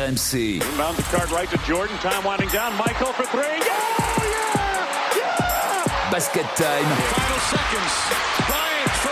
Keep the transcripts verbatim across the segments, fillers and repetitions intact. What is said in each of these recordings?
M C. Inbound the card right to Jordan. Time winding down. Michael for three. Yeah! Yeah! Yeah! Basket Time. Final seconds. Bryant for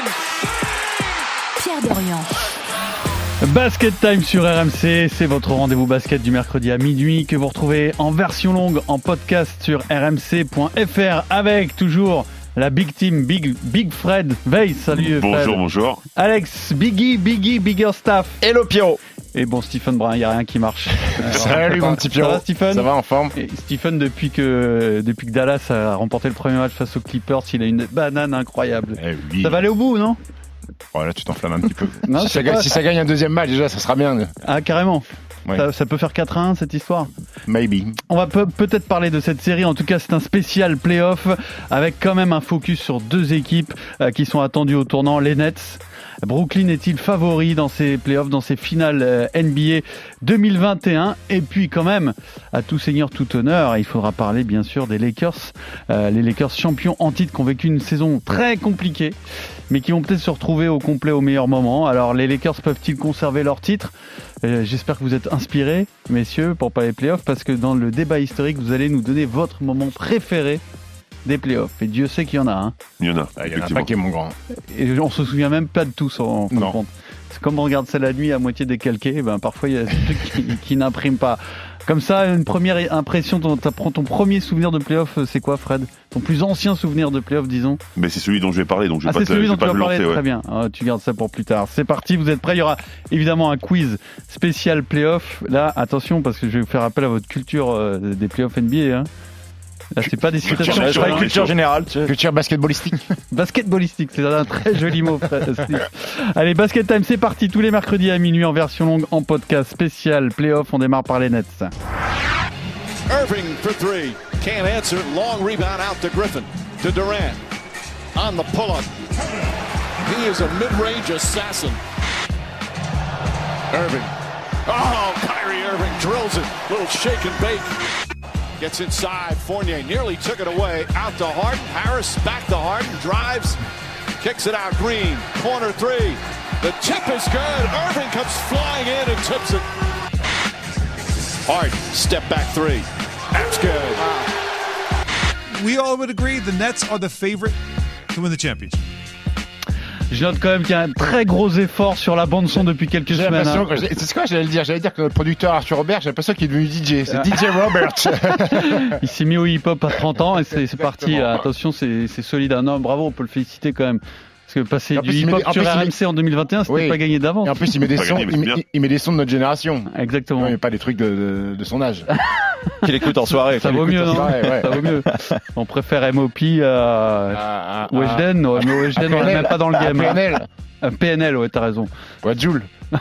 the win. Pierre Dorian. Basket Time sur R M C, c'est votre rendez-vous basket du mercredi à minuit que vous retrouvez en version longue en podcast sur r m c point f r avec toujours la Big Team, Big, Big Fred Veil. Salut Bonjour, Fred. bonjour. Alex, Biggie, Biggie, Bigger Staff. Hello Pierrot. Et bon, Stephen Brun, il n'y a rien qui marche. Alors, Salut mon petit Pierrot. Ça va Stephen ? Ça va en forme. Et Stephen, depuis que, depuis que Dallas a remporté le premier match face aux Clippers, il a une banane incroyable. Eh oui. Ça va aller au bout, non ? Oh, là tu t'enflammes un petit peu. Non, si, c'est ça gagne, pas- si ça gagne un deuxième match déjà ça sera bien. Ah, carrément. Ouais. Ça, ça peut faire quatre à un cette histoire. Maybe. On va pe- peut-être parler de cette série. En tout cas, c'est un spécial playoff avec quand même un focus sur deux équipes euh, qui sont attendues au tournant. Les Nets. Brooklyn est-il favori dans ces playoffs, dans ces finales euh, N B A deux mille vingt et un ? Et puis quand même, à tout seigneur, tout honneur, il faudra parler bien sûr des Lakers. Euh, les Lakers champions en titre qui ont vécu une saison très compliquée, mais qui vont peut-être se retrouver au complet au meilleur moment. Alors les Lakers peuvent-ils conserver leur titre ? Euh, J'espère que vous êtes inspirés, messieurs, pour parler playoffs, parce que dans le débat historique, vous allez nous donner votre moment préféré des playoffs. Et Dieu sait qu'il y en a un. Il y en a, Ah, il y en a un effectivement. paquet mon grand. Et on se souvient même pas de tous en fin de Non. compte. C'est comme on regarde ça la nuit à moitié décalqué, ben parfois il y a des trucs qui, qui n'impriment pas. Comme ça, une première impression, ton, ton, ton premier souvenir de playoff, c'est quoi Fred ? Ton plus ancien souvenir de playoff, disons ? Mais c'est celui dont je vais parler, donc je vais Ah, pas c'est te, celui je dont vais pas tu vas te parler, lancer. très Ouais. bien. Ah, tu gardes ça pour plus tard. C'est parti, vous êtes prêts ? Il y aura évidemment un quiz spécial playoff. Là, attention, parce que je vais vous faire appel à votre culture euh, des playoffs N B A. Hein. Là, c'est pas des citations. Culture Je crois générale. culture générale. Culture basketballistique. Basketballistique, c'est un très joli mot. Fred. Allez, Basket Time, c'est parti tous les mercredis à minuit en version longue, en podcast spécial playoff. On démarre par les Nets. Irving for three. Can't answer. Long rebound out to Griffin. To Durant. On the pull-up. He is a mid-range assassin. Irving. Oh, Kyrie Irving drills it. Little shake and bake. Gets inside. Fournier nearly took it away. Out to Harden. Harris back to Harden. Drives. Kicks it out. Green. Corner three. The tip is good. Irving comes flying in and tips it. Harden. Step back three. That's good. We all would agree the Nets are the favorite to win the championship. Je note quand même qu'il y a un très gros effort sur la bande-son depuis quelques J'ai semaines. l'impression hein. que j'ai- c'est quoi j'allais le dire J'allais dire que notre producteur Arthur Robert, j'ai l'impression qu'il est devenu D J. C'est D J Robert. Il s'est mis au hip-hop à trente ans et c'est c'est parti. Exactement. Attention, c'est c'est solide. Un homme, bravo, on peut le féliciter quand même. Parce que passer En du plus, il met hip-hop des- en sur plus, il R met- M C en deux mille vingt et un, c'était Oui. pas gagné d'avance. Et en plus il met des Pas sons, gagné, mais il c'est met, bien. il met des sons de notre génération. Exactement. Ouais, mais pas des trucs de, de, de son âge. Qu'il écoute en soirée. Ça Qu'il vaut écoute mieux, en non soirée, ouais. Ça vaut mieux. On préfère M O P à Ah, ah, Weshden. Non, mais Weshden, on n'est même pas dans le game. P N L. Euh, P N L, ouais, t'as raison. Ouais, Joule.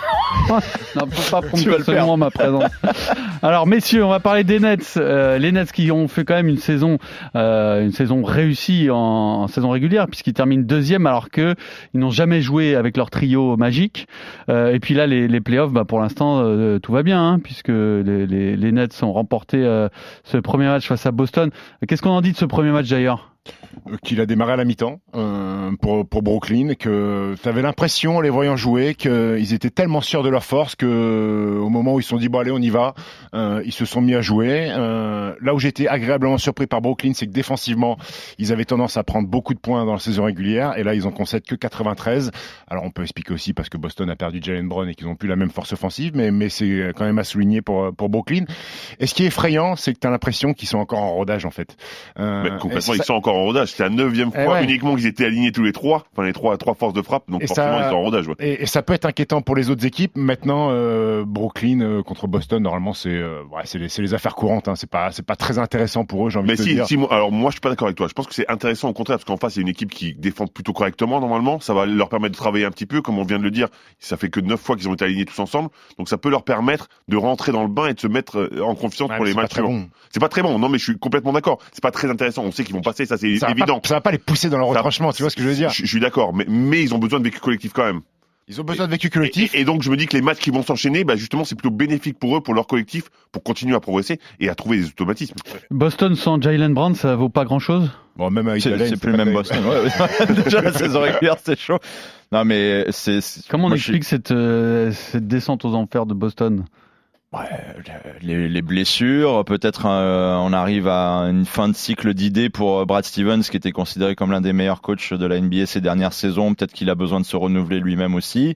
Non, faut pas prendre Tu vas le personnellement ma présence. Alors, messieurs, on va parler des Nets. Euh, les Nets qui ont fait quand même une saison, euh, une saison réussie en, en saison régulière, puisqu'ils terminent deuxième, alors que ils n'ont jamais joué avec leur trio magique. Euh, et puis là, les, les playoffs, bah, pour l'instant, euh, tout va bien, hein, puisque les, les, les Nets ont remporté euh, ce premier match face à Boston. Qu'est-ce qu'on en dit de ce premier match d'ailleurs ? Qu'il a démarré à la mi-temps euh, pour pour Brooklyn, que tu avais l'impression en les voyant jouer qu'ils étaient tellement sûrs de leur force que au moment où ils se sont dit bon allez on y va, euh, ils se sont mis à jouer. Euh, là où j'étais agréablement surpris par Brooklyn, c'est que défensivement ils avaient tendance à prendre beaucoup de points dans la saison régulière et là ils en concèdent que quatre-vingt-treize. Alors on peut expliquer aussi parce que Boston a perdu Jalen Brown et qu'ils n'ont plus la même force offensive, mais mais c'est quand même à souligner pour pour Brooklyn. Et ce qui est effrayant, c'est que tu as l'impression qu'ils sont encore en rodage en fait. Euh, Mais complètement, et ils ça- sont encore en rodage. C'est la neuvième Eh fois ouais. uniquement qu'ils étaient alignés tous les trois, enfin les trois, trois forces de frappe, donc Et forcément ça- ils sont en rodage. Ouais. Et, et ça peut être inquiétant pour les autres équipes. Maintenant, euh, Brooklyn euh, contre Boston, normalement, c'est euh, ouais, c'est les, c'est les affaires courantes. Hein. C'est pas c'est pas très intéressant pour eux. J'ai envie Mais de te si, dire. si, moi, alors moi je suis pas d'accord avec toi. Je pense que c'est intéressant au contraire parce qu'en face il y a une équipe qui défend plutôt correctement normalement. Ça va leur permettre de travailler un petit peu, comme on vient de le dire. Ça fait que neuf fois qu'ils ont été alignés tous ensemble, donc ça peut leur permettre de rentrer dans le bain et de se mettre euh, en confiance Ouais, pour mais les c'est pas matchs très suivants. bon. C'est pas très bon. Non mais je suis complètement d'accord. C'est pas très intéressant. On sait qu'ils vont passer, ça c'est Ça va, évident. pas, ça va pas les pousser dans leur Ça- retranchement. Tu vois ce que je veux dire? Je, je suis d'accord, mais, mais ils ont besoin de vécu collectif quand même. Ils ont besoin de vécu collectif. Et, et donc je me dis que les matchs qui vont s'enchaîner, bah justement c'est plutôt bénéfique pour eux, pour leur collectif, pour continuer à progresser et à trouver des automatismes. Boston sans Jalen Brown, ça vaut pas grand-chose ? Bon, même avec C'est, Allen, c'est c'est plus le pas même terrible. Boston. Ouais, ouais. Déjà la saison régulière, c'est chaud. Non, mais c'est. c'est- Comment on moi, explique cette, euh, cette descente aux enfers de Boston ? Ouais, les, les blessures, peut-être euh, on arrive à une fin de cycle d'idées pour Brad Stevens, qui était considéré comme l'un des meilleurs coachs de la N B A ces dernières saisons. Peut-être qu'il a besoin de se renouveler lui-même aussi.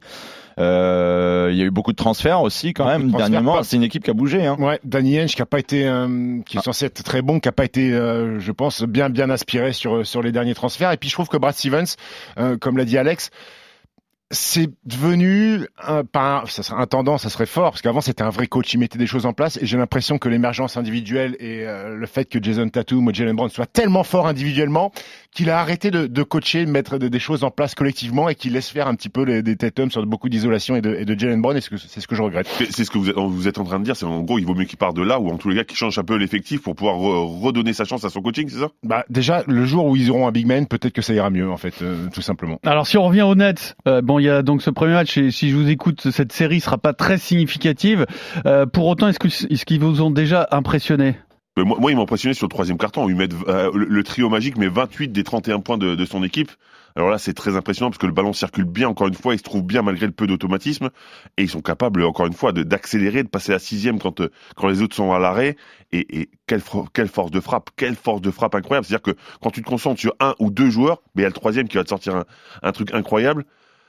Euh, il y a eu beaucoup de transferts aussi quand beaucoup même dernièrement. Pas... C'est une équipe qui a bougé. Hein. Ouais, Danny Ainge qui a pas été, euh, qui est ah. censé être très bon, qui a pas été, euh, je pense, bien bien inspiré sur sur les derniers transferts. Et puis je trouve que Brad Stevens, euh, comme l'a dit Alex, c'est devenu un, pas un, ça serait un tendance, ça serait fort, parce qu'avant c'était un vrai coach, il mettait des choses en place, et j'ai l'impression que l'émergence individuelle et euh, le fait que Jason Tatum ou Jaylen Brown soient tellement forts individuellement qu'il a arrêté de, de coacher, de mettre de, des choses en place collectivement, et qu'il laisse faire un petit peu les, des Tatum sur beaucoup d'isolation et de, et de Jaylen Brown, et c'est ce, que, c'est ce que je regrette. C'est ce que vous êtes, vous êtes en train de dire, c'est en gros il vaut mieux qu'il parte de là, ou en tous les cas qu'il change un peu l'effectif pour pouvoir re, redonner sa chance à son coaching, c'est ça? Bah déjà, le jour où ils auront un big man, peut-être que ça ira mieux en fait, euh, tout simplement. Alors si on revient aux Nets, euh, bon il y a donc ce premier match, et si je vous écoute, cette série sera pas très significative. Euh, pour autant, est-ce que est-ce qu'ils vous ont déjà impressionné? Moi, moi, ils m'ont impressionné sur le troisième carton. Ils mettent euh, le, le trio magique met vingt-huit des trente et un points de, de son équipe. Alors là, c'est très impressionnant parce que le ballon circule bien. Encore une fois, ils se trouvent bien malgré le peu d'automatisme, et ils sont capables, encore une fois, de, d'accélérer, de passer à sixième quand quand les autres sont à l'arrêt. Et, et quelle, quelle force de frappe, quelle force de frappe incroyable. C'est-à-dire que quand tu te concentres sur un ou deux joueurs, mais il y a le troisième qui va te sortir un, un truc incroyable.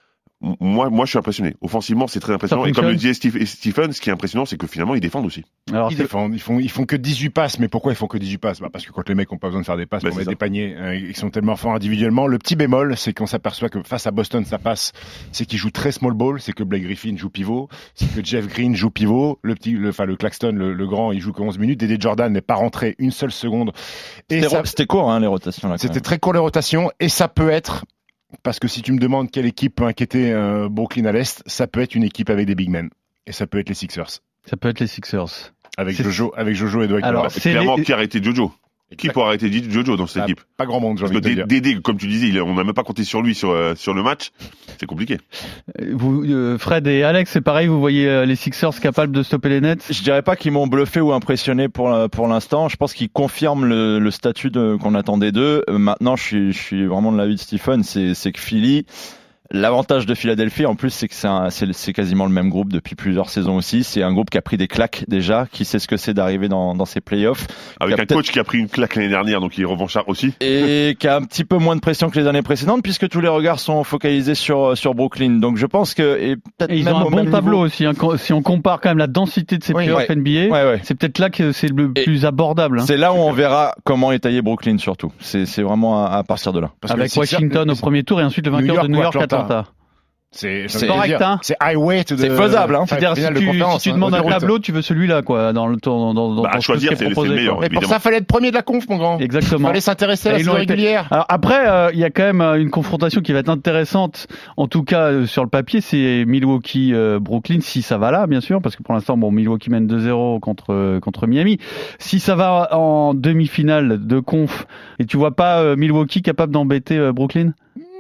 Moi, moi, je suis impressionné. Offensivement, c'est très impressionnant. Et comme le disait Steve, Stephen, ce qui est impressionnant, c'est que finalement, ils défendent aussi. Alors, ils défendent. Ils font, ils font que dix-huit passes. Mais pourquoi ils font que dix-huit passes? Bah, parce que quand les mecs ont pas besoin de faire des passes bah, pour mettre ça. Des paniers, euh, ils sont tellement forts individuellement. Le petit bémol, c'est qu'on s'aperçoit que face à Boston, ça passe. C'est qu'ils jouent très small ball. C'est que Blake Griffin joue pivot. C'est que Jeff Green joue pivot. Le petit, le, enfin, le Claxton, le, le grand, il joue que onze minutes. Dédé Jordan n'est pas rentré une seule seconde. Et c'était, ça, c'était court, hein, les rotations, là. C'était très court, les rotations. Et ça peut être, parce que si tu me demandes quelle équipe peut inquiéter euh, Brooklyn à l'Est, ça peut être une équipe avec des big men. Et ça peut être les Sixers. Ça peut être les Sixers. Avec c'est... Jojo, avec Jojo et Dwight Howard. Bah, c'est clairement les... qui a arrêté Jojo. Qui pourra arrêter Jojo dans cette ah, équipe? Pas grand monde, j'ai Parce envie de dire. Dédé, comme tu disais, il, on n'a même pas compté sur lui sur, euh, sur le match. C'est compliqué. Vous, euh, Fred et Alex, c'est pareil, vous voyez euh, les Sixers capables de stopper les Nets? Je dirais pas qu'ils m'ont bluffé ou impressionné pour, pour l'instant. Je pense qu'ils confirment le, le statut de, qu'on attendait d'eux. Euh, maintenant, je suis, je suis vraiment de l'avis de Stephen, c'est, c'est que Philly... L'avantage de Philadelphie, en plus, c'est que c'est, un, c'est, c'est quasiment le même groupe depuis plusieurs saisons aussi. C'est un groupe qui a pris des claques déjà, qui sait ce que c'est d'arriver dans, dans ces playoffs. Avec un coach qui a pris une claque l'année dernière, donc il est revanchard aussi. Et qui a un petit peu moins de pression que les années précédentes, puisque tous les regards sont focalisés sur sur Brooklyn. Donc je pense que et peut-être et ils même ont un au bon même tableau niveau. aussi. Hein, si on compare quand même la densité de ces oui, playoffs ouais. N B A, ouais, ouais. c'est peut-être là que c'est le et plus abordable. Hein. C'est là où on verra comment est taillé Brooklyn surtout. C'est, c'est vraiment à, à partir de là. Parce Avec Washington au premier tour et ensuite le vainqueur de New York, Atlanta. C'est, c'est correct, hein. C'est highway to the... C'est faisable, hein. C'est-à-dire, si tu, si tu demandes un tableau, tu veux celui-là, quoi, dans le tour, dans, dans, bah, dans à choisir, c'est, c'est le meilleur. Mais pour ça, fallait être premier de la conf, mon grand. Exactement. Fallait s'intéresser à la saison régulière. Alors après, il euh, y a quand même euh, une confrontation qui va être intéressante, en tout cas, euh, sur le papier, c'est Milwaukee-Brooklyn, euh, si ça va là, bien sûr, parce que pour l'instant, bon, Milwaukee mène deux zéro contre, euh, contre Miami. Si ça va en demi-finale de conf, et tu vois pas euh, Milwaukee capable d'embêter euh, Brooklyn?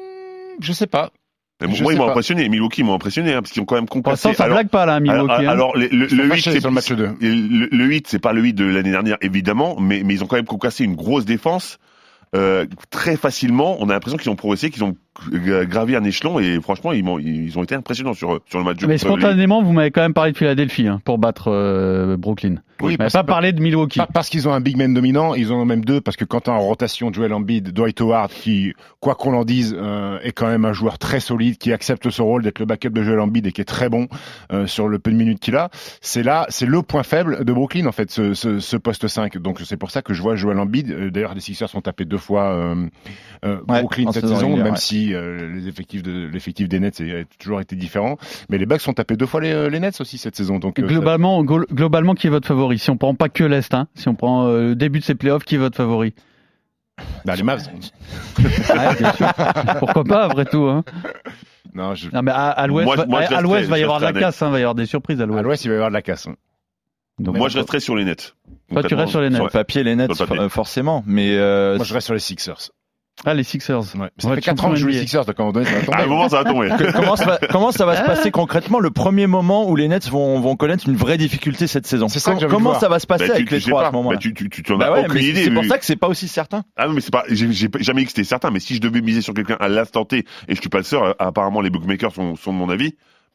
Je sais pas. Mais moi, ils m'ont pas. impressionné. Milwaukee m'ont impressionné, hein, parce qu'ils ont quand même concassé. Ça, ça blague pas, là, Milwaukee. Alors, hein. alors le, le, le huit, c'est sur le match deux. Le, le huit, c'est pas le huit de l'année dernière, évidemment, mais, mais ils ont quand même concassé une grosse défense, euh, très facilement. On a l'impression qu'ils ont progressé, qu'ils ont gravi un échelon, et franchement, ils, m'ont, ils ont été impressionnants sur, sur le match. Mais spontanément, vous m'avez quand même parlé de Philadelphie, hein, pour battre, euh, Brooklyn. Oui, mais pas parler de Milwaukee. Parce qu'ils ont un big man dominant, ils en ont même deux, parce que quand t'as en rotation Joel Embiid, Dwight Howard, qui, quoi qu'on en dise, euh, est quand même un joueur très solide, qui accepte ce rôle d'être le backup de Joel Embiid et qui est très bon euh, sur le peu de minutes qu'il a. C'est là, c'est le point faible de Brooklyn, en fait, ce, ce, ce poste cinq. Donc c'est pour ça que je vois Joel Embiid. Euh, d'ailleurs, les Sixers sont tapés deux fois euh, euh, ouais, Brooklyn cette saison, même ouais. si euh, les effectifs de l'effectif des Nets a toujours été différent. Mais les Bucks sont tapés deux fois les, les Nets aussi cette saison. Donc globalement, ça... globalement, qui est votre favori? Si on prend pas que l'Est, hein. Si on prend euh, le début de ces playoffs, qui est votre favori? Bah, les Mavs. Ouais, bien sûr. Pourquoi pas, après tout, hein. Non, je... non, mais à, à l'Ouest, moi, moi, à, à l'Ouest, va y avoir de la casse, hein, va y avoir des surprises à l'Ouest. À l'Ouest, il va y avoir de la casse. Hein. Donc, moi, je resterai sur les Nets. Toi, tu restes sur les Nets. Sur le papier, les Nets, for- forcément. Mais euh... moi, je reste sur les Sixers. Ah, les Sixers. Ouais. Ça ouais, fait quatre ans que je joue les Sixers, donc à un moment donné, ça va tomber. À un moment, ça va tomber. comment, ça va, comment ça va se passer concrètement le premier moment où les Nets vont, vont connaître une vraie difficulté cette saison? C'est ça que comment voir. ça va se passer bah, avec tu, les tu trois pas. à ce moment-là? Bah, tu, tu, tu, tu en bah as ouais, aucune idée. C'est mais... pour ça que c'est pas aussi certain. Ah non, mais c'est pas, j'ai, j'ai jamais dit que c'était certain, mais si je devais miser sur quelqu'un à l'instant T, et je suis pas le seul, apparemment les bookmakers sont, sont de mon avis,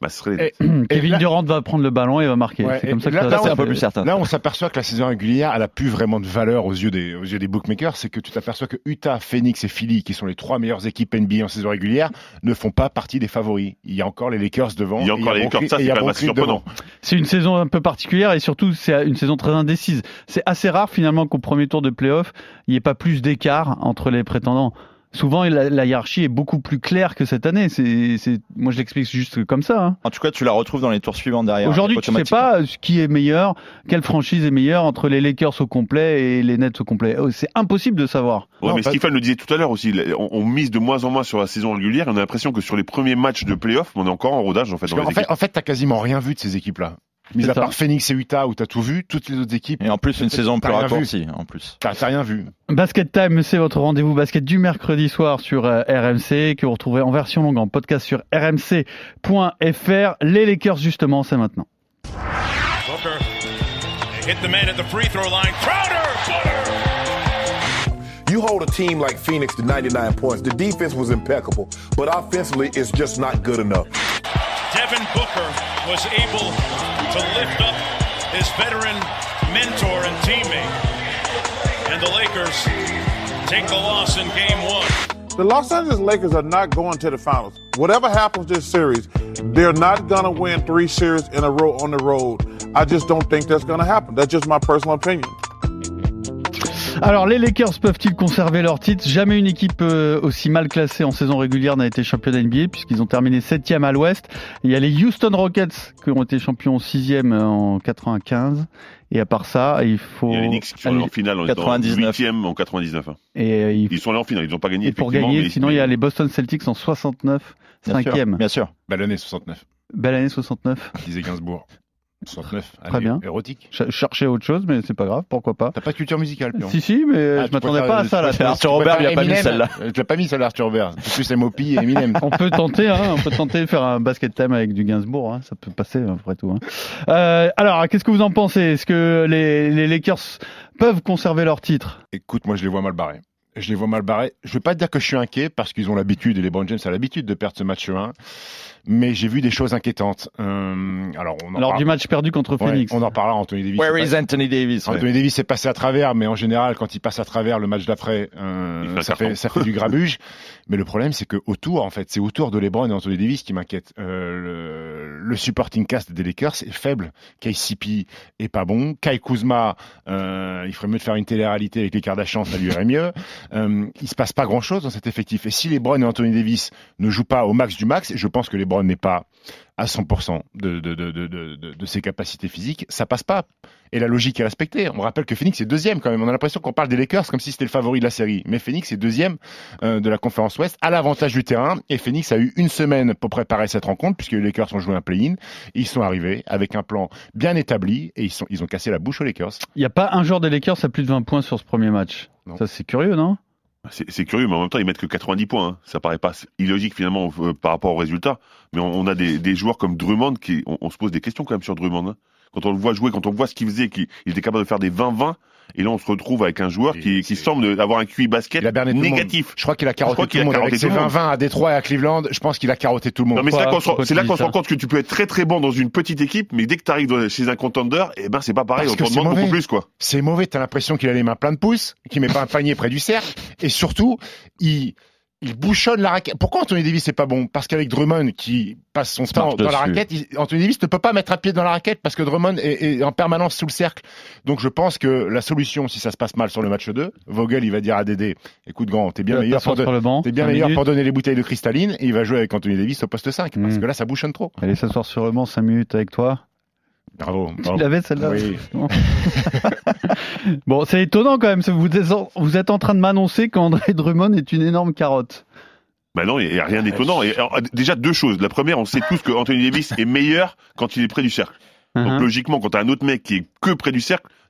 Bah, ce serait les... et, Kevin là... Durant va prendre le ballon et va marquer. Ouais, c'est comme ça que là, ça là, c'est on, un peu plus certain. Là, on s'aperçoit que la saison régulière, elle a plus vraiment de valeur aux yeux des, aux yeux des bookmakers. C'est que tu t'aperçois que Utah, Phoenix et Philly, qui sont les trois meilleures équipes N B A en saison régulière, ne font pas partie des favoris. Il y a encore les Lakers devant. Il y a encore les Lakers, ça, c'est quand même assez surprenant. C'est une saison un peu particulière et surtout, c'est une saison très indécise. C'est assez rare, finalement, qu'au premier tour de play-off, il n'y ait pas plus d'écart entre les prétendants. Souvent, la, la hiérarchie est beaucoup plus claire que cette année. C'est, c'est, moi, je l'explique juste comme ça. Hein. En tout cas, tu la retrouves dans les tours suivants derrière. Aujourd'hui, tu ne sais pas qui est meilleur, quelle franchise est meilleure entre les Lakers au complet et les Nets au complet. C'est impossible de savoir. Ouais, non, mais pas... Stephen le disait tout à l'heure aussi. On, on mise de moins en moins sur la saison régulière. On a l'impression que sur les premiers matchs de play-off, on est encore en rodage en fait. Dans en, les fait en fait, t'as quasiment rien vu de ces équipes-là. Mis à part Phoenix et Utah où t'as tout vu, toutes les autres équipes. Et en plus, une saison plus raccourcie, en plus. T'as, t'as rien vu. Basket Time, c'est votre rendez-vous basket du mercredi soir sur euh, R M C, que vous retrouverez en version longue en podcast sur r m c point f r. Les Lakers, justement, c'est maintenant. Booker, hit the man at the free throw line. Crowder, Butter. You hold a team like Phoenix to ninety-nine points. The defense was impeccable, but offensively, it's just not good enough. Devin Booker was able to lift up his veteran mentor and teammate. And the Lakers take the loss in game one. The Los Angeles Lakers are not going to the finals. Whatever happens this series, they're not going to win three series in a row on the road. I just don't think that's going to happen. That's just my personal opinion. Alors, les Lakers peuvent-ils conserver leur titre ? Jamais une équipe euh, aussi mal classée en saison régulière n'a été championne N B A puisqu'ils ont terminé septième à l'Ouest. Il y a les Houston Rockets qui ont été champions sixième en quatre-vingt-quinze. Et à part ça, il faut... Il y a les Knicks qui sont allés en finale en quatre-vingt-dix-neuf. huitième en quatre-vingt-dix-neuf. Hein. Et, euh, il... Ils sont allés en finale, ils n'ont pas gagné. Et pour gagner, sinon il y a les Boston Celtics en soixante-neuf, cinquième. Bien sûr. Belle année soixante-neuf. Belle année soixante-neuf. Disait Gainsbourg. soixante-neuf, très bien. Érotique. Je cherchais autre chose, mais c'est pas grave, pourquoi pas. T'as pas de culture musicale, Pion. Si, si, mais ah, je m'attendais pas à ça, là. Arthur Robert, il a pas mis celle-là. Tu l'as pas mis celle-là, Arthur Robert. C'est plus M O P et Eminem. On peut tenter, hein, on peut tenter de faire un basket time avec du Gainsbourg, hein, ça peut passer, après tout, hein. Euh, alors, qu'est-ce que vous en pensez? Est-ce que les, les Lakers peuvent conserver leur titre? Écoute, moi, je les vois mal barrés. Je les vois mal barrés. Je veux pas te dire que je suis inquiet parce qu'ils ont l'habitude, et les LeBron James a l'habitude de perdre ce match un. Mais j'ai vu des choses inquiétantes. Euh, alors, on en Lors parle... du match perdu contre ouais, Phoenix. On en parlera, Anthony Davis. Where is pas... Anthony Davis? Anthony ouais. Davis est passé à travers, mais en général, quand il passe à travers le match d'après, euh, ça, fait, ça fait du grabuge. Mais le problème, c'est que autour, en fait, c'est autour de LeBron et Anthony Davis qui m'inquiète. Euh, le, le supporting cast des Lakers est faible. K C P est pas bon. Kai Kuzma, euh, il ferait mieux de faire une télé-réalité avec les Kardashians, ça lui irait mieux. Euh, il se passe pas grand-chose dans cet effectif. Et si LeBron et Anthony Davis ne jouent pas au max du max, je pense que LeBron n'est pas à cent pour cent de, de, de, de, de, de ses capacités physiques, ça passe pas. Et la logique est respectée. On rappelle que Phoenix est deuxième quand même. On a l'impression qu'on parle des Lakers comme si c'était le favori de la série. Mais Phoenix est deuxième euh, de la conférence Ouest à l'avantage du terrain. Et Phoenix a eu une semaine pour préparer cette rencontre puisque les Lakers ont joué un play-in. Ils sont arrivés avec un plan bien établi et ils, sont, ils ont cassé la bouche aux Lakers. Il n'y a pas un joueur des Lakers à plus de vingt points sur ce premier match. Non. Ça, c'est curieux, non? C'est, c'est curieux, mais en même temps, ils mettent que quatre-vingt-dix points. Hein. Ça paraît pas illogique finalement euh, par rapport aux résultats. Mais on, on a des, des joueurs comme Drummond qui, on, on se pose des questions quand même sur Drummond. Hein. Quand on le voit jouer, quand on voit ce qu'il faisait, qu'il il était capable de faire des vingt vingt. Et là, on se retrouve avec un joueur qui, qui semble avoir un Q I basket négatif. Je crois qu'il a carotté tout le monde. Avec ses vingt vingt à Détroit et à Cleveland, je pense qu'il a carotté tout le monde. Non, mais c'est là qu'on se, c'est là qu'on se rend compte que tu peux être très très bon dans une petite équipe, mais dès que tu arrives chez un contender, eh ben, c'est pas pareil. On te demande beaucoup plus, quoi. C'est mauvais. T'as l'impression qu'il a les mains pleines de pouces, qu'il met pas un panier près du cercle. Et surtout, il, il bouchonne la raquette. Pourquoi Anthony Davis est pas bon? Parce qu'avec Drummond qui passe son temps dans la raquette, il, Anthony Davis ne peut pas mettre un pied dans la raquette parce que Drummond est, est en permanence sous le cercle. Donc je pense que la solution, si ça se passe mal sur le match deux, Vogel il va dire à Dédé, écoute grand, t'es bien meilleur, pour, de, t'es bien meilleur pour donner les bouteilles de cristalline, et il va jouer avec Anthony Davis au poste cinq, mmh. parce que là ça bouchonne trop. Allez s'asseoir sur le banc cinq minutes avec toi. Bravo. bravo. Tu l'avais celle-là? Oui. Bon, c'est étonnant quand même. Vous êtes, vous êtes en train de m'annoncer qu'André Drummond est une énorme carotte. Ben non, il n'y a rien d'étonnant. Et alors, déjà, deux choses. La première, on sait tous que Anthony Davis est meilleur quand il est près du cercle. Uh-huh. Donc logiquement, quand tu as un autre mec qui est que près du cercle,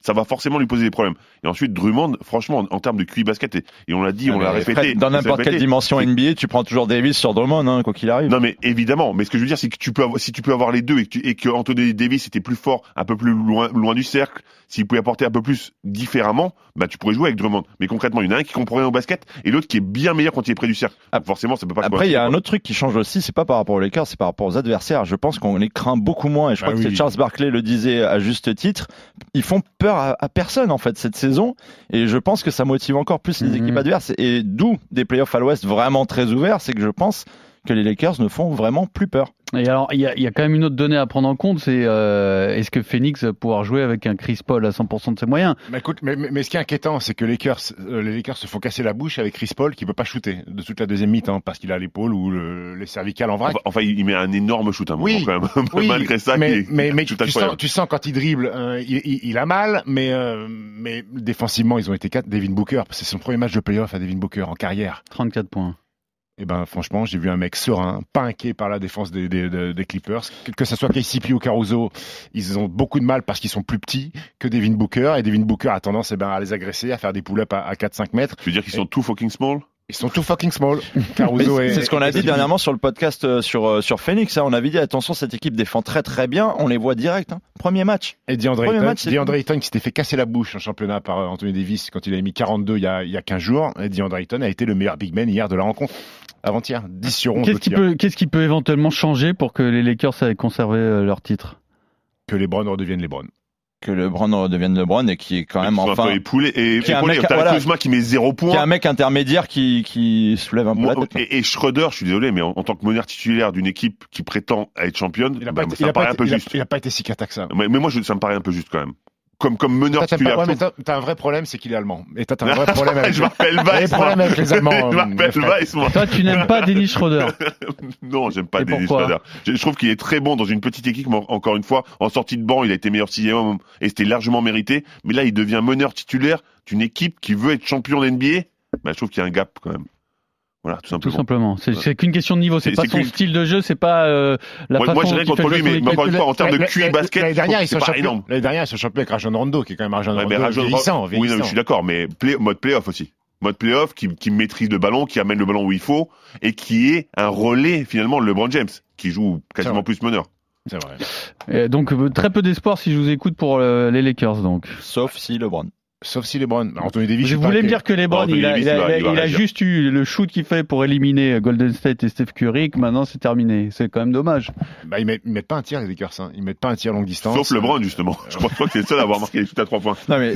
ça va forcément lui poser des problèmes. Et ensuite, Drummond, franchement, en, en termes de Q I basket, et, et on l'a dit, non, on l'a répété. Fred, dans n'importe répété, quelle dimension N B A, tu prends toujours Davis sur Drummond, hein, quoi qu'il arrive. Non, mais évidemment. Mais ce que je veux dire, c'est que tu peux avoir, si tu peux avoir les deux et que, tu, et que Anthony Davis était plus fort, un peu plus loin, loin du cercle, s'il pouvait apporter un peu plus différemment, bah, tu pourrais jouer avec Drummond. Mais concrètement, il y en a un qui comprend rien au basket et l'autre qui est bien meilleur quand il est près du cercle. Ah, forcément, ça peut pas. Après, il y a un autre truc qui change aussi, c'est pas par rapport aux Lakers, c'est par rapport aux adversaires. Je pense qu'on les craint beaucoup moins et je crois ah, que oui. c'est Charles Barkley le disait à juste titre. Ils font peur à, à personne, en fait, cette saison. Et je pense que ça motive encore plus les mm-hmm. équipes adverses. Et d'où des playoffs à l'Ouest vraiment très ouverts, c'est que je pense que les Lakers ne font vraiment plus peur. Et alors, il y, y a quand même une autre donnée à prendre en compte, c'est euh, est-ce que Phoenix va pouvoir jouer avec un Chris Paul à cent pour cent de ses moyens ? Mais écoute, mais, mais, mais ce qui est inquiétant, c'est que les Lakers, euh, les Lakers se font casser la bouche avec Chris Paul qui peut pas shooter de toute la deuxième mi-temps parce qu'il a l'épaule ou le, les cervicales en vrac. Enfin, enfin, il met un énorme shoot à un moment oui, quand même. Oui, malgré ça, mais, il, mais, mais tu, sens, tu sens quand il dribble, euh, il, il, il a mal, mais, euh, mais défensivement, ils ont été quatre. Devin Booker, c'est son premier match de playoff à Devin Booker en carrière. trente-quatre points. Eh ben, franchement, j'ai vu un mec serein, pas inquiet par la défense des, des, des, des Clippers. Que, que ça soit K C P ou Caruso, ils ont beaucoup de mal parce qu'ils sont plus petits que Devin Booker. Et Devin Booker a tendance eh ben, à les agresser, à faire des pull-ups à, à quatre cinq mètres. Tu veux dire qu'ils et... sont too fucking small ? Ils sont tout fucking small. Caruso et, c'est ce qu'on a dit dernièrement sur le podcast euh, sur euh, sur Phoenix. Hein. On avait dit attention, cette équipe défend très très bien. On les voit direct. Hein. Premier match. Et DeAndre Ayton, match, DeAndre Ayton qui s'était fait casser la bouche en championnat par euh, Anthony Davis quand il avait mis quarante-deux il y a il y a quinze jours. Et DeAndre Ayton a été le meilleur big man hier de la rencontre. Avant-hier, dix sur onze. Qu'est-ce qui peut qu'est-ce qui peut éventuellement changer pour que les Lakers aient conservé euh, leur titre ? Que les Browns redeviennent les Browns. Que LeBron redevienne LeBron et qui est quand même enfin épaulé et épaulé. T'as voilà, Kuzma qui met zéro point. Qui est un mec intermédiaire qui qui soulève un peu Moi, la tête. Et, et Schroeder, je suis désolé, mais en, en tant que meneur titulaire d'une équipe qui prétend être championne, il a bah, pas, ça me paraît un peu il a, juste. Il a pas été si cata que ça. Mais, mais moi, je, ça me paraît un peu juste quand même. Comme, comme meneur titulaire. Pas, ouais, t'as, t'as un vrai problème, c'est qu'il est allemand. Et t'as, t'as un vrai problème avec, je m'appelle Weiss, les, problèmes avec les Allemands. Je m'appelle Weiss, moi. Toi, tu n'aimes pas Dennis Schroeder. Non, j'aime pas et Dennis Schroeder. Je, je trouve qu'il est très bon dans une petite équipe, mais encore une fois, en sortie de banc, il a été meilleur sixième homme et c'était largement mérité. Mais là, il devient meneur titulaire d'une équipe qui veut être champion d'N B A. Bah, je trouve qu'il y a un gap quand même. Voilà, tout simplement. Tout simplement. C'est, c'est qu'une question de niveau. C'est, c'est pas c'est son qu'une... style de jeu, c'est pas euh, la moi, façon moi, je dirais contre lui, mais, mais encore une fois, en termes de Q I basket, l'année dernière, ils c'est sont pas champions. énorme. L'année dernière, ils sont champions avec Rajon Rondo, qui est quand même Rajon ouais, Rondo Rajon vieillissant, vieillissant. Oui, non, mais je suis d'accord, mais play, mode playoff aussi. Mode playoff qui, qui maîtrise le ballon, qui amène le ballon où il faut, et qui est un relais, finalement, de LeBron James, qui joue quasiment plus meneur. C'est vrai. Et donc, très peu d'espoir si je vous écoute pour euh, les Lakers, donc. Sauf si LeBron. Sauf si LeBron. Anthony Davis. Vous voulez me dire que LeBron, il a, il a, il a, il a, il a juste eu le shoot qu'il fait pour éliminer Golden State et Steph Curry, que maintenant c'est terminé. C'est quand même dommage. Bah, ils mettent, ils mettent pas un tir, les Lakers, hein. Ils mettent pas un tir longue distance. Sauf LeBron, justement. Je crois pas que c'est le seul à avoir marqué les shoots à trois points. Non, mais.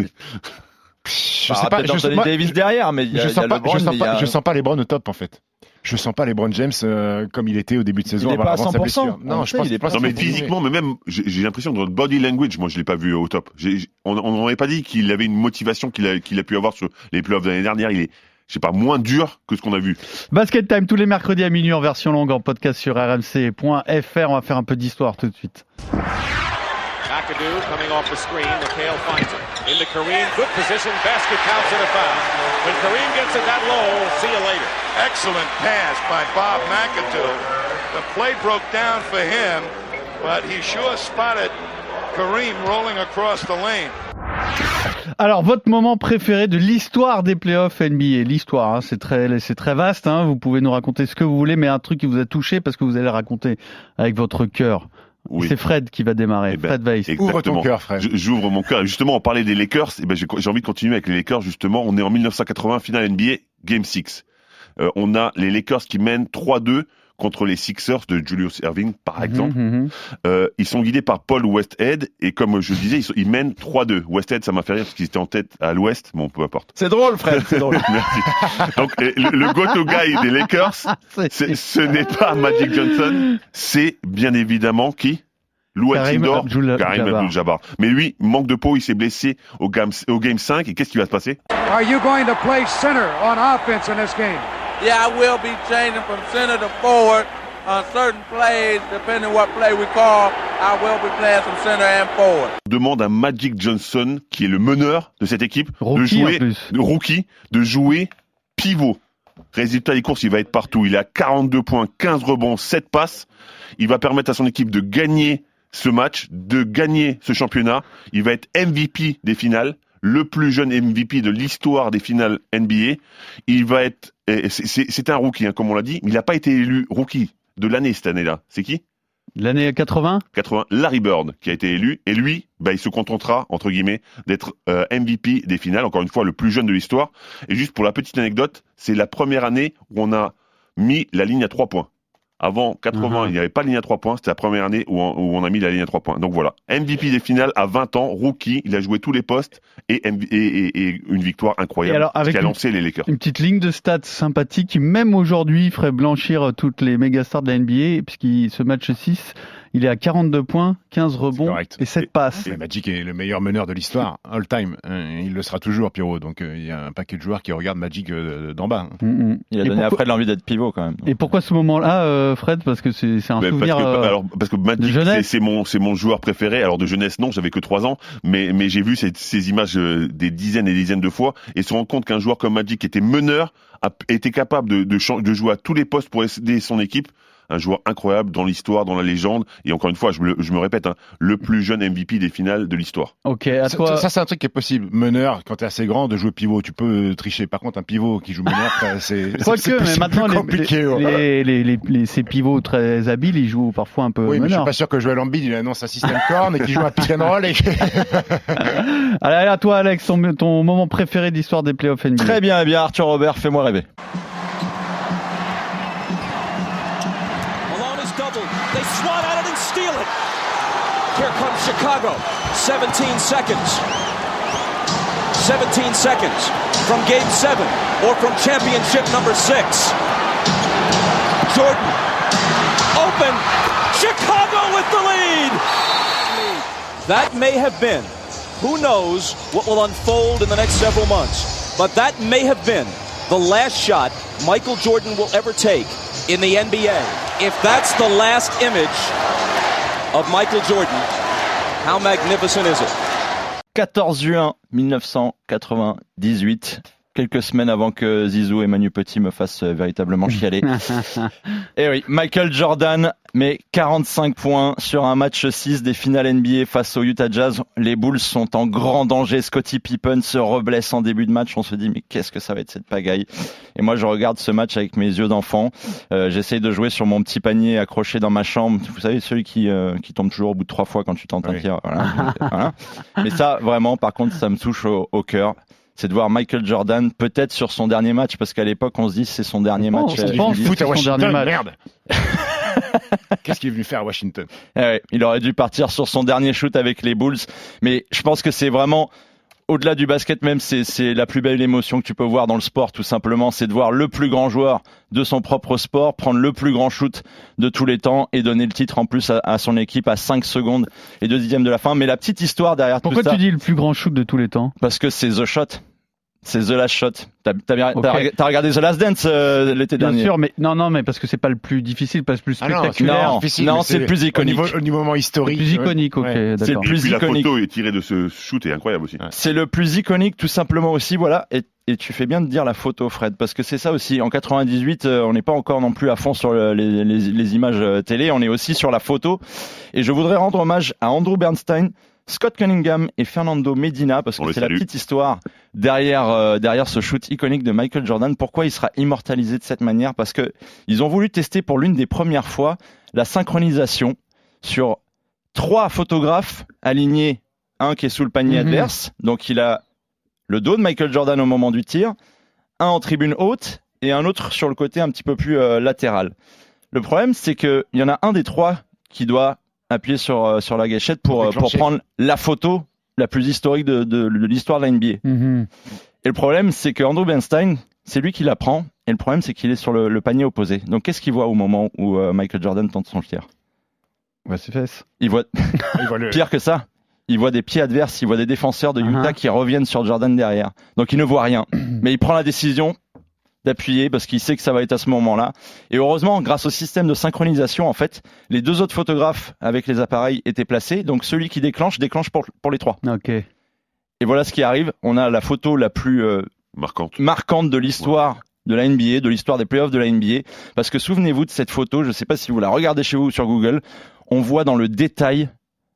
Je sais pas, je sais pas. Davis derrière, mais il y a, je sens y a pas, LeBron, je sens il pas, y a... je sens pas LeBron au top, en fait. Je sens pas LeBron James euh, comme il était au début de saison. Il est pas à cent pour cent. Non, je pense, il est pas. Non, mais physiquement, mais même, j'ai, j'ai l'impression que dans le body language, moi, je l'ai pas vu au top. J'ai, on n'avait pas dit qu'il avait une motivation qu'il a, qu'il a pu avoir sur les playoffs de l'année dernière. Il est, je sais pas, moins dur que ce qu'on a vu. Basket Time tous les mercredis à minuit en version longue en podcast sur R M C point F R. On va faire un peu d'histoire tout de suite. McAdoo coming off the screen. McHale finds him. In the Kareem, good position. Basket counts and a foul. When Kareem gets it that low, see you later. Excellent pass by Bob McAdoo. The play broke down for him, but he sure spotted Kareem rolling across the lane. Alors, votre moment préféré de l'histoire des playoffs N B A, l'histoire, hein, c'est très, c'est très vaste. Hein, vous pouvez nous raconter ce que vous voulez, mais un truc qui vous a touché parce que vous allez le raconter avec votre cœur. Oui. C'est Fred qui va démarrer. Eh ben, Fred Weiss. Ouvre ton cœur, Fred. J'ouvre mon cœur. Justement, on parlait des Lakers. Et ben, j'ai, j'ai envie de continuer avec les Lakers. Justement, on est en dix-neuf cent quatre-vingts, finale N B A, Game six. Euh, on a les Lakers qui mènent trois deux contre les Sixers de Julius Erving, par exemple. Mm-hmm, mm-hmm. Euh, ils sont guidés par Paul Westhead. Et comme je le disais, ils, sont, ils mènent trois deux. Westhead, ça m'a fait rire parce qu'ils étaient en tête à l'ouest. Bon, peu importe. C'est drôle, Fred. C'est drôle. Merci. Donc, le, le go-to guy des Lakers, c'est, ce n'est pas Magic Johnson. C'est bien évidemment qui? Lou Alcindor, Karim Abdul-Jabbar. Mais lui, manque de peau, il s'est blessé au game, au game cinq. Et qu'est-ce qui va se passer? Are you going to play center on offense in this game? Yeah, I will be changing from center to forward on certain plays, depending what play we call. I will be playing some center and forward. Demande à Magic Johnson, qui est le meneur de cette équipe, rookie de jouer, de rookie, de jouer pivot. Résultat des courses, il va être partout. Il est à quarante-deux points, quinze rebonds, sept passes. Il va permettre à son équipe de gagner ce match, de gagner ce championnat. Il va être M V P des finales, le plus jeune M V P de l'histoire des finales N B A. Il va être, c'est, c'est, c'est un rookie, hein, comme on l'a dit, mais il n'a pas été élu rookie de l'année cette année-là. C'est qui ? L'année quatre-vingts quatre-vingts, Larry Bird qui a été élu, et lui, bah, il se contentera, entre guillemets, d'être euh, M V P des finales, encore une fois, le plus jeune de l'histoire. Et juste pour la petite anecdote, c'est la première année où on a mis la ligne à trois points. Avant quatre-vingts, uh-huh. il n'y avait pas de ligne à trois points, c'était la première année où on, où on a mis la ligne à trois points. Donc voilà, M V P des finales à vingt ans, rookie, il a joué tous les postes, et, et, et, et une victoire incroyable, alors, avec qui a lancé une, les Lakers. Une petite ligne de stats sympathique qui, même aujourd'hui, ferait blanchir toutes les mégastars de la N B A, puisqu'il ce match six, il est à quarante-deux points, quinze rebonds et sept et, passes. Et Magic est le meilleur meneur de l'histoire, all time. Il le sera toujours, Pierrot. Donc euh, il y a un paquet de joueurs qui regardent Magic euh, d'en bas. Mm-hmm. Il a et donné pourquoi... à Fred l'envie d'être pivot quand même. Et pourquoi ce moment-là, euh, Fred ? Parce que c'est, c'est un mais souvenir parce que, euh, alors, parce que Magic, c'est, c'est, mon, c'est mon joueur préféré. Alors de jeunesse, non, j'avais que trois ans. Mais, mais j'ai vu ces, ces images euh, des dizaines et des dizaines de fois et se rendre compte qu'un joueur comme Magic était meneur, a été capable de, de, de jouer à tous les postes pour aider son équipe. Un joueur incroyable dans l'histoire, dans la légende, et encore une fois, je me, je me répète, hein, le plus jeune M V P des finales de l'histoire. Ok, à toi. Ça, ça, c'est un truc qui est possible. Meneur, quand t'es assez grand, de jouer pivot, tu peux tricher. Par contre, un pivot qui joue meneur, c'est, Quoi c'est, que, c'est, mais maintenant, compliqué. Les, les, les, les, les, ces pivots très habiles, ils jouent parfois un peu oui, meneur. Oui, mais je suis pas sûr que Joel Embiid, il annonce un système corne et qu'il joue un pick and roll. Et... allez, allez, à toi, Alex, ton, ton moment préféré de l'histoire des playoffs N B A. Très bien, eh bien, Arthur Robert, fais-moi rêver. They swat at it and steal it. Here comes Chicago. seventeen seconds. seventeen seconds from game seven or from championship number six. Jordan. Open. Chicago with the lead. That may have been. Who knows what will unfold in the next several months. But that may have been the last shot Michael Jordan will ever take in the N B A. If that's the last image of Michael Jordan, how magnificent is it? quatorze juin dix-neuf cent quatre-vingt-dix-huit, quelques semaines avant que Zizou et Manu Petit me fassent véritablement chialer. Et oui, Michael Jordan met quarante-cinq points sur un match six des finales N B A face au Utah Jazz. Les Bulls sont en grand danger. Scottie Pippen se reblesse en début de match. On se dit, mais qu'est-ce que ça va être cette pagaille? Et moi, je regarde ce match avec mes yeux d'enfant. Euh, j'essaye de jouer sur mon petit panier accroché dans ma chambre. Vous savez, celui qui, euh, qui tombe toujours au bout de trois fois quand tu tentes un tir. Voilà. Voilà. Mais ça, vraiment, par contre, ça me touche au, au cœur. C'est de voir Michael Jordan peut-être sur son dernier match, parce qu'à l'époque on se dit c'est son dernier oh, match. On pense que c'est son dernier match. Merde. Qu'est-ce qu'il est venu faire à Washington? Eh ouais, il aurait dû partir sur son dernier shoot avec les Bulls, mais je pense que c'est vraiment au-delà du basket même, c'est, c'est la plus belle émotion que tu peux voir dans le sport, tout simplement, c'est de voir le plus grand joueur de son propre sport prendre le plus grand shoot de tous les temps et donner le titre en plus à, à son équipe à cinq secondes et deux dixièmes de la fin. Mais la petite histoire derrière Pourquoi tout ça... Pourquoi tu dis le plus grand shoot de tous les temps? Parce que c'est The Shot. C'est The Last Shot. T'as, t'as, okay. t'as regardé The Last Dance euh, l'été Bien dernier? Bien sûr, mais non, non, mais parce que c'est pas le plus difficile, pas le plus spectaculaire. Ah non, non, difficile, non c'est, c'est le plus iconique. Au niveau, au niveau moment historique. Le plus iconique, ok, ouais. d'accord. C'est le plus et puis iconique. La photo est tirée de ce shoot est incroyable aussi. Ouais. C'est le plus iconique, tout simplement aussi, voilà. Et, et tu fais bien de dire la photo, Fred, parce que c'est ça aussi. En quatre-vingt-dix-huit, euh, on n'est pas encore non plus à fond sur le, les, les, les images télé, on est aussi sur la photo. Et je voudrais rendre hommage à Andrew Bernstein, Scott Cunningham et Fernando Medina, parce que c'est la petite histoire derrière euh, derrière ce shoot iconique de Michael Jordan. Pourquoi il sera immortalisé de cette manière? Parce que ils ont voulu tester pour l'une des premières fois la synchronisation sur trois photographes alignés, un qui est sous le panier mm-hmm. adverse, donc il a le dos de Michael Jordan au moment du tir, un en tribune haute et un autre sur le côté un petit peu plus euh, latéral. Le problème, c'est que il y en a un des trois qui doit appuyer sur euh, sur la gâchette pour euh, pour prendre la photo la plus historique de de, de l'histoire de la N B A. Mm-hmm. Et le problème, c'est que Andrew Bernstein, c'est lui qui la prend. Et le problème, c'est qu'il est sur le, le panier opposé. Donc, qu'est-ce qu'il voit au moment où euh, Michael Jordan tente son tir? Ouais, ses fesses. Il voit, il voit le... pire que ça. Il voit des pieds adverses, il voit des défenseurs de Utah uh-huh. qui reviennent sur Jordan derrière. Donc, il ne voit rien. Mais il prend la décision d'appuyer parce qu'il sait que ça va être à ce moment-là. Et heureusement, grâce au système de synchronisation, en fait, les deux autres photographes avec les appareils étaient placés. Donc, celui qui déclenche, déclenche pour, pour les trois. Ok. Et voilà ce qui arrive. On a la photo la plus euh, marquante. marquante de l'histoire ouais. de la N B A, de l'histoire des playoffs de la N B A. Parce que souvenez-vous de cette photo, je ne sais pas si vous la regardez chez vous ou sur Google, on voit dans le détail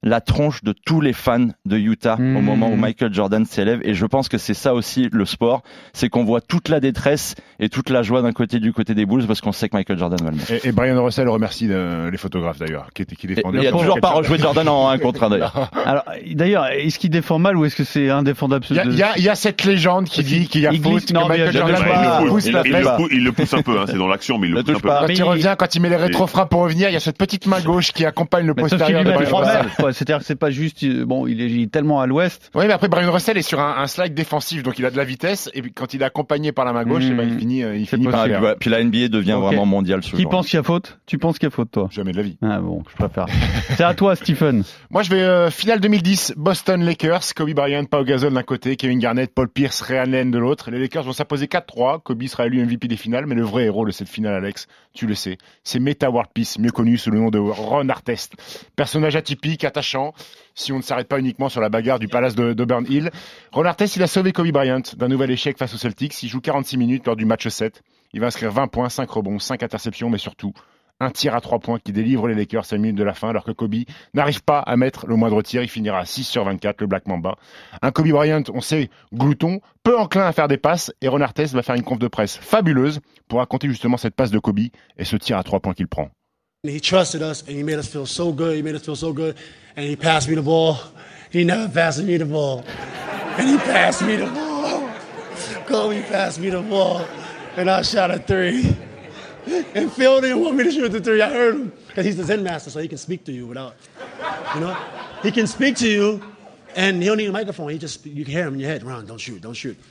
la tronche de tous les fans de Utah mmh. au moment où Michael Jordan s'élève. Et je pense que c'est ça aussi le sport, c'est qu'on voit toute la détresse et toute la joie d'un côté du côté des Bulls parce qu'on sait que Michael Jordan va le mettre. Et, et Brian Russell remercie de, les photographes d'ailleurs, qui, qui défendaient. Il a toujours pas rejoué Jordan en un contre un d'ailleurs. Alors d'ailleurs, est-ce qu'il défend mal ou est-ce que c'est indéfendable? Il y a, il y a, il y a cette légende qui dit qu'il y a il faute, glisse, non, que Michael Jordan il, pousse il, la il, le pousse, il le pousse un peu, hein, c'est dans l'action, mais il le pousse un peu. Quand il revient, quand il met les rétrofreins pour revenir, il y a cette petite main gauche qui accompagne le postérieur de Brian Russell. C'est-à-dire que c'est pas juste bon, il est, il est tellement à l'ouest. Oui, mais après Brian Russell est sur un, un slide défensif, donc il a de la vitesse. Et puis quand il est accompagné par la main gauche, mmh. et ben il finit, il finit par puis, puis la N B A devient okay. vraiment mondiale. Qui pense qu'il y a faute? Tu penses qu'il y a faute, toi? Jamais de la vie. Ah bon, je préfère. C'est à toi, Stephen. Moi, je vais euh, finale deux mille dix, Boston Lakers, Kobe Bryant, Pau Gasol d'un côté, Kevin Garnett, Paul Pierce, Ray Allen de l'autre. Les Lakers vont s'imposer quatre trois. Kobe sera élu M V P des finales, mais le vrai héros de cette finale, Alex, tu le sais, c'est Metta World Peace, mieux connu sous le nom de Ron Artest. Personnage atypique, attachant. Si on ne s'arrête pas uniquement sur la bagarre du palace de, de Burn Hill. Ron Artest, il a sauvé Kobe Bryant d'un nouvel échec face aux Celtics. Il joue quarante-six minutes lors du match sept. Il va inscrire vingt points, cinq rebonds, cinq interceptions, mais surtout un tir à trois points qui délivre les Lakers à une minute de la fin, alors que Kobe n'arrive pas à mettre le moindre tir. Il finira à six sur vingt-quatre, le Black Mamba. Un Kobe Bryant, on sait, glouton, peu enclin à faire des passes, et Ron Artest va faire une conf de presse fabuleuse pour raconter justement cette passe de Kobe et ce tir à trois points qu'il prend. He trusted us and he made us feel so good. He made us feel so good. And he passed me the ball. He never passed me the ball. And he passed me the ball. Kobe passed me the ball. And I shot a three. And Phil didn't want me to shoot the three. I heard him. Because he's the Zen master, so he can speak to you without, you know? He can speak to you and he don't need a microphone. He just, you can hear him in your head. Ron, don't shoot, don't shoot.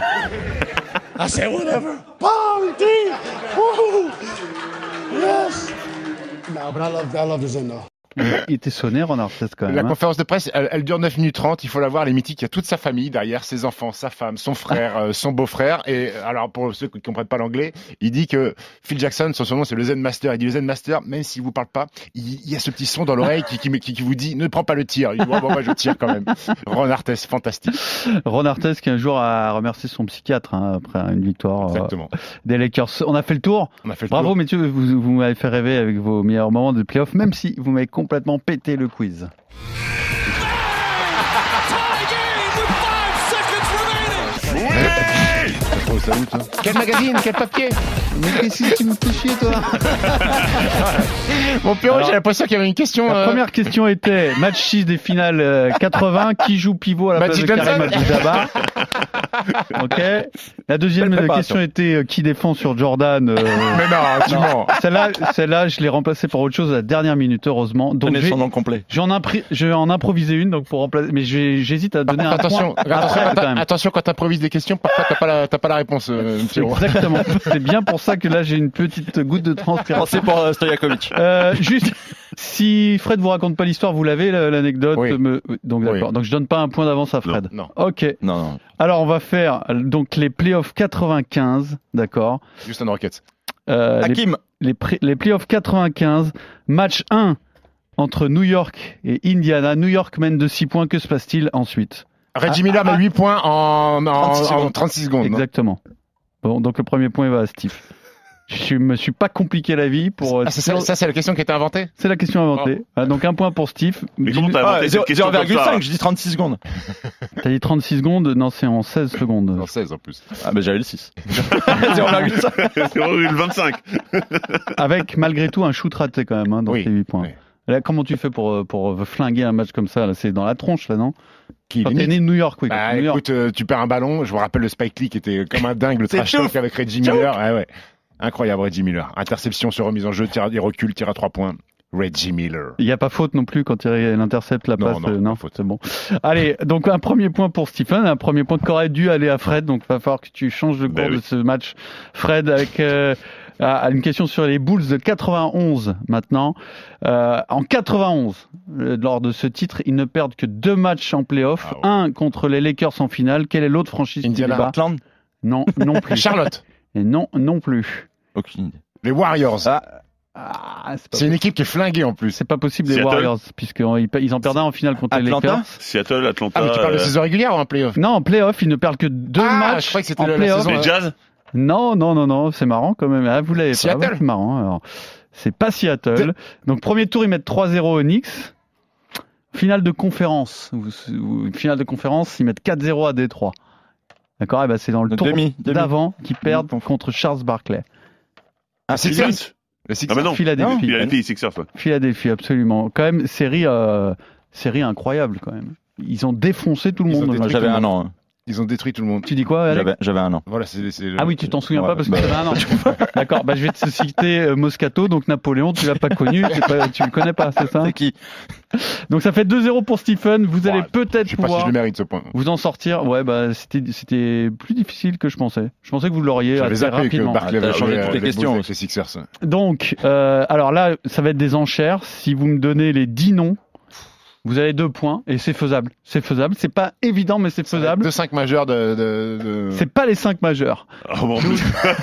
I said, whatever. Bong, three. Woo. Yes. No, but I love, I love the Zen, though. Il était sonné, Ron Artest, quand même. La hein. conférence de presse, elle, elle dure neuf minutes trente. Il faut la voir, elle est mythique. Il y a toute sa famille derrière, ses enfants, sa femme, son frère, euh, son beau-frère. Et alors, pour ceux qui ne comprennent pas l'anglais, il dit que Phil Jackson, son surnom, c'est le Zen Master. Il dit le Zen Master, même s'il vous parle pas, il, il y a ce petit son dans l'oreille qui, qui, qui, qui vous dit ne prends pas le tir. Il dit bon, bon, moi je tire quand même. Ron Artest, fantastique. Ron Artest qui un jour a remercié son psychiatre hein, après une victoire Exactement. Euh, des Lakers. On a fait le tour. On a fait le Bravo, tour. messieurs, vous, vous m'avez fait rêver avec vos meilleurs moments de playoff, même si vous m'avez complètement pété le quiz. Quel magazine, quel papier? Mais qu'est-ce que tu me fais chier, toi? Mon Pierrot, j'ai l'impression qu'il y avait une question. La euh... première question était match six des finales euh, quatre-vingts. Qui joue pivot à la Magic place de Karim Johnson. Abdul-Jabbar? Ok. La deuxième Belle question était euh, qui défend sur Jordan? euh... Mais non, tu mens. Celle-là, celle-là, je l'ai remplacée par autre chose à la dernière minute, heureusement. Donc Donnez j'ai, son nom complet. j'en impri- je vais en improviser une, donc pour remplacer. Mais j'ai- j'hésite à donner un Attention, point attention, après, quand attention, même. attention quand t'improvises des questions, parfois t'as pas la, t'as pas la réponse, euh, Pierrot. Exactement. C'est bien pour ça que là j'ai une petite goutte de transpiration. C'est pour euh, Stojakovic. Euh, juste, si Fred vous raconte pas l'histoire, vous l'avez la- l'anecdote. Oui. me- Donc d'accord. Oui. Donc je donne pas un point d'avance à Fred. Non. Ok. Non, non. Alors on va faire donc les playoffs quatre-vingt-quinze, d'accord. Houston Rockets. Euh, les, Hakim. les, pré- les playoffs quatre-vingt-quinze, match un entre New York et Indiana. New York mène de six points. Que se passe-t-il ensuite? Reggie Ah, Miller ah, met huit points en, en, trente-six en secondes. trente-six secondes. non Exactement. Bon, donc le premier point va à Steve. Je me suis pas compliqué la vie pour. Ah, c'est ça, ça, c'est la question qui a été inventée. C'est la question inventée. Ah, donc un point pour Steve. Mais comment Dis- t'as inventé Ah, cette question zéro comme virgule ça? cinq, je dis trente-six secondes. T'as dit trente-six secondes? Non, c'est en seize secondes. Non, seize en plus. Ah, ben j'avais le six. zéro virgule cinq. zéro virgule vingt-cinq. Avec malgré tout un shoot raté quand même hein, dans Oui, tes huit points. oui. Là, comment tu fais pour, pour flinguer un match comme ça là? C'est dans la tronche là, non? Qui Quand limite. t'es né de New York, oui. Bah, New York. écoute, euh, tu perds un ballon. Je me rappelle le Spike Lee qui était comme un dingue, le C'est trash chouf. talk avec Reggie Miller. Ouais, ouais. Incroyable, Reggie Miller. Interception sur remise en jeu, tir, il recule, tir à trois points. Reggie Miller. Il n'y a pas faute non plus quand il intercepte la Non, passe. non, euh, pas faute. c'est bon. Allez, donc un premier point pour Stephen, un premier point qui aurait dû aller à Fred. Donc il va falloir que tu changes le cours Ben oui. de ce match, Fred, avec euh, à une question sur les Bulls de quatre-vingt-onze maintenant. Euh, en quatre-vingt-onze, euh, lors de ce titre, ils ne perdent que deux matchs en play-off, Ah ouais. un contre les Lakers en finale. Quelle est l'autre franchise qui Indiana. les bat? Portland. Non, non plus. Charlotte. Et non, non plus. Aucune idée. Les Warriors. Ah, Ah, c'est pas, C'est une équipe qui est flinguée en plus. c'est pas possible les Seattle. Warriors, puisqu'ils ils en perdaient en finale contre les Atlanta. Lakers. Seattle, Atlanta. Ah, mais tu parles de euh, saison régulière ou en playoff? Non, en play-off, ils ne perdent que deux Ah, matchs. je croyais que c'était en la- la play-off. saison, Les euh, Jazz. Non, non, non, non, c'est marrant quand même. Ah, vous l'avez pas. Seattle. Ouais, c'est marrant. Alors, c'est pas Seattle. Donc, premier tour, ils mettent trois zéro aux Knicks. finale de conférence. Vous- vous- Finale de conférence, ils mettent quatre zéro à Détroit. D'accord, et ben c'est dans le, Le tour demi, demi. d'avant qu'ils perdent contre Charles Barkley. Ah, c'est Sixers. Sixers. Les Sixers. Ah bah non, Philadelphie. Philadelphie, Sixers, ouais. Philadelphie, absolument. Quand même, série, euh, série incroyable quand même. Ils ont défoncé tout le Ils ont monde. détruit J'avais tout le un monde. an. hein. Ils ont détruit tout le monde. Tu dis quoi, Alex? J'avais, j'avais un an. Voilà, c'est, c'est le- Ah oui, tu t'en souviens Ouais, pas parce que bah, tu avais un an. D'accord, bah, je vais te citer euh, Moscato, donc Napoléon, tu l'as pas connu, c'est pas, tu le connais pas, c'est ça? C'est qui? Donc ça fait deux zéro pour Stephen, vous allez Ouais, peut-être Je sais pas si pouvoir je le mérite ce point. vous en sortir. Ouais, bah c'était, c'était plus difficile que je pensais. Je pensais que vous l'auriez J'avais assez zappé que rapidement. Barclay Ah, t'as avait changé joué toutes les avec les questions. Bulls avec les Sixers. Donc, euh, alors là, ça va être des enchères. Si vous me donnez les dix noms, vous avez deux points et c'est faisable. C'est faisable. C'est pas évident, mais c'est faisable. Deux cinq majeurs de. de, de... C'est pas les cinq majeurs. Ah bon, Je,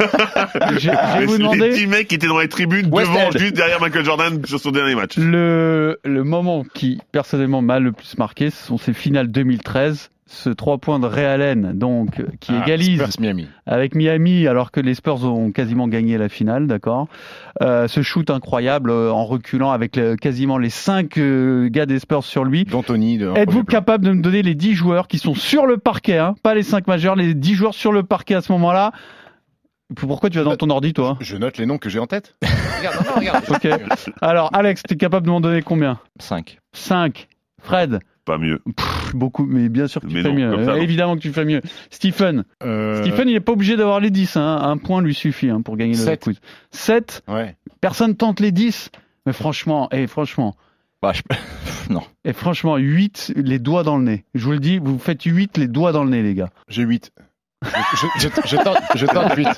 je vais les, vous les demander dix mecs qui étaient dans les tribunes West devant, End. juste derrière Michael Jordan sur son dernier match. le, le moment qui, personnellement, m'a le plus marqué, ce sont ces finales deux mille treize. Ce trois points de Ray Allen, donc, qui Ah, égalise Spurs Miami. avec Miami, alors que les Spurs ont quasiment gagné la finale, d'accord. Euh, ce shoot incroyable euh, en reculant avec le- quasiment les cinq euh, gars des Spurs sur lui. D'Antoni. De, en Êtes-vous premier plan. capable de me donner les dix joueurs qui sont sur le parquet, hein, pas les cinq majeurs, les dix joueurs sur le parquet à ce moment-là? Pourquoi tu vas dans ton ordi, toi? Je note les noms que j'ai en tête. Regarde, non, non, regarde. Ok. Alors, Alex, t'es capable de m'en donner combien? cinq. cinq. Fred? Pas mieux. Pff, beaucoup, mais bien sûr que tu Mais fais non, mieux. comme ça, Euh, non. évidemment que tu fais mieux. Stephen? Euh, Stephen, il n'est pas obligé d'avoir les dix, hein. Un point lui suffit hein, pour gagner le Sept. quiz. sept. Ouais. Personne tente les dix. Mais franchement, et franchement, Bah, je... non. et franchement, huit, les doigts dans le nez. Je vous le dis, vous faites huit, les doigts dans le nez, les gars. J'ai huit. Je, je, je, je tente, je tente huit.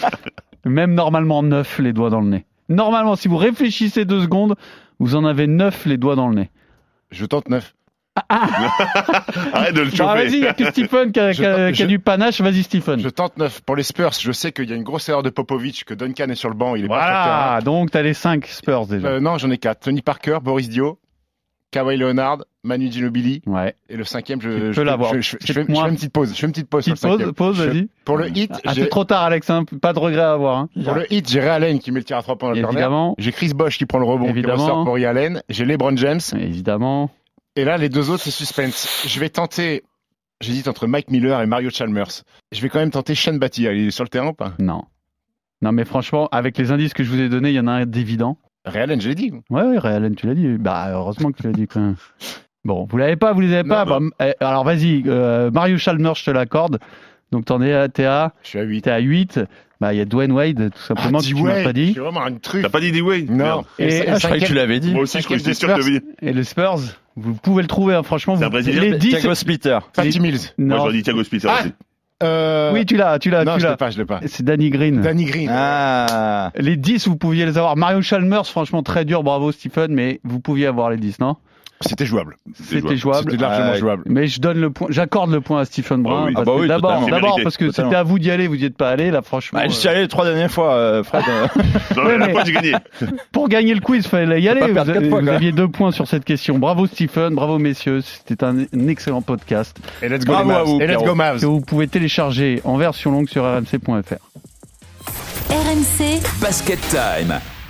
Même normalement neuf, les doigts dans le nez. Normalement, si vous réfléchissez deux secondes, vous en avez neuf, les doigts dans le nez. Je tente neuf. Arrête de le Bah, choper. vas-y, il n'y a que Stephen qui a, Je qui a- tente- qui a je- du panache. Vas-y, Stephen. Je tente neuf. Pour les Spurs, je sais qu'il y a une grosse erreur de Popovic, que Duncan est sur le banc, il est pas sur le Voilà, terrain. donc t'as les cinq Spurs déjà. Euh, non, j'en ai quatre. Tony Parker, Boris Dio, Kawhi Leonard, Manu Ginobili. Ouais. Et le cinquième, je, Tu je, peux je- l'avoir. je, je- je C'est fais, je moi. fais une petite pause. Je fais une petite pause Petite sur le pause, cinquième. pause, Je- vas-y. Pour le hit, Ah, j'ai, c'est trop tard, Alex. Hein. Pas de regret à avoir. Hein. pour le hit, j'ai Ray Allen qui met le tir à trois points dans le corner. Évidemment. J'ai Chris Bosh qui prend le rebond, Évidemment. qui ressort pour Ray Allen. J'ai LeBron James. Évidemment. Et là, les deux autres, c'est suspense. Je vais tenter. J'hésite entre Mike Miller et Mario Chalmers. Je vais quand même tenter Sean Batty. Il est sur le terrain ou pas? Non. Non, mais franchement, avec les indices que je vous ai donnés, il y en a un d'évident. Ray Allen, je l'ai dit. Ouais, ouais, Ray Allen, tu l'as dit. Bah, heureusement que tu l'as dit quand même. Bon, vous l'avez pas, vous les avez Non, pas. non. Bah, eh, alors vas-y, euh, Mario Chalmers, je te l'accorde. Donc t'en es à, t'es à, Je suis à huit. t'es à huit. Bah, il y a Dwayne Wade, tout simplement, Ah, que tu D-Wade. m'as pas Je dit. suis vraiment une truc. T'as pas dit D-Wade? Non. Merde. Et- le ah, je Je croyais que tu l'avais dit. Moi aussi, je cinquième suis sûr des que t'avais dit. Et les Spurs, vous pouvez le trouver, hein, franchement. C'est Vous, un Brésilien. les dix, Thiago Splitter. Patty Mills. Moi, non. j'aurais dit Thiago Splitter Ah aussi. Euh... Oui, tu l'as, tu l'as, Non, tu je l'ai l'as. pas, je l'ai pas. C'est Danny Green. Danny Green. Ah. Les dix, vous pouviez les avoir. Mario Chalmers, franchement, très dur, bravo Stephen, mais vous pouviez avoir les dix, non? C'était jouable. C'était jouable. C'était largement Ah, jouable. Mais je donne le point, j'accorde le point à Stephen Brun. Ah oui. parce Ah bah que oui, d'abord, totalement. d'abord Mérité. parce que Totalement. c'était à vous d'y aller, vous n'y êtes pas allé, là, franchement. Bah, je suis euh, allé les trois dernières fois, euh, Fred. euh. Non, Ouais, mais la mais- fois, j'ai gagné. Pour gagner le quiz, fallait y aller. pas Vous, perdre quatre avez- fois, vous quand même. aviez deux points sur cette question. Bravo Stephen, bravo messieurs. C'était un, un excellent podcast Et let's go, Bravo les à Mavs. vous, Et let's Pierrot. go, Mavs. que vous pouvez télécharger en version longue sur r m c point f r. R M C Basket Time.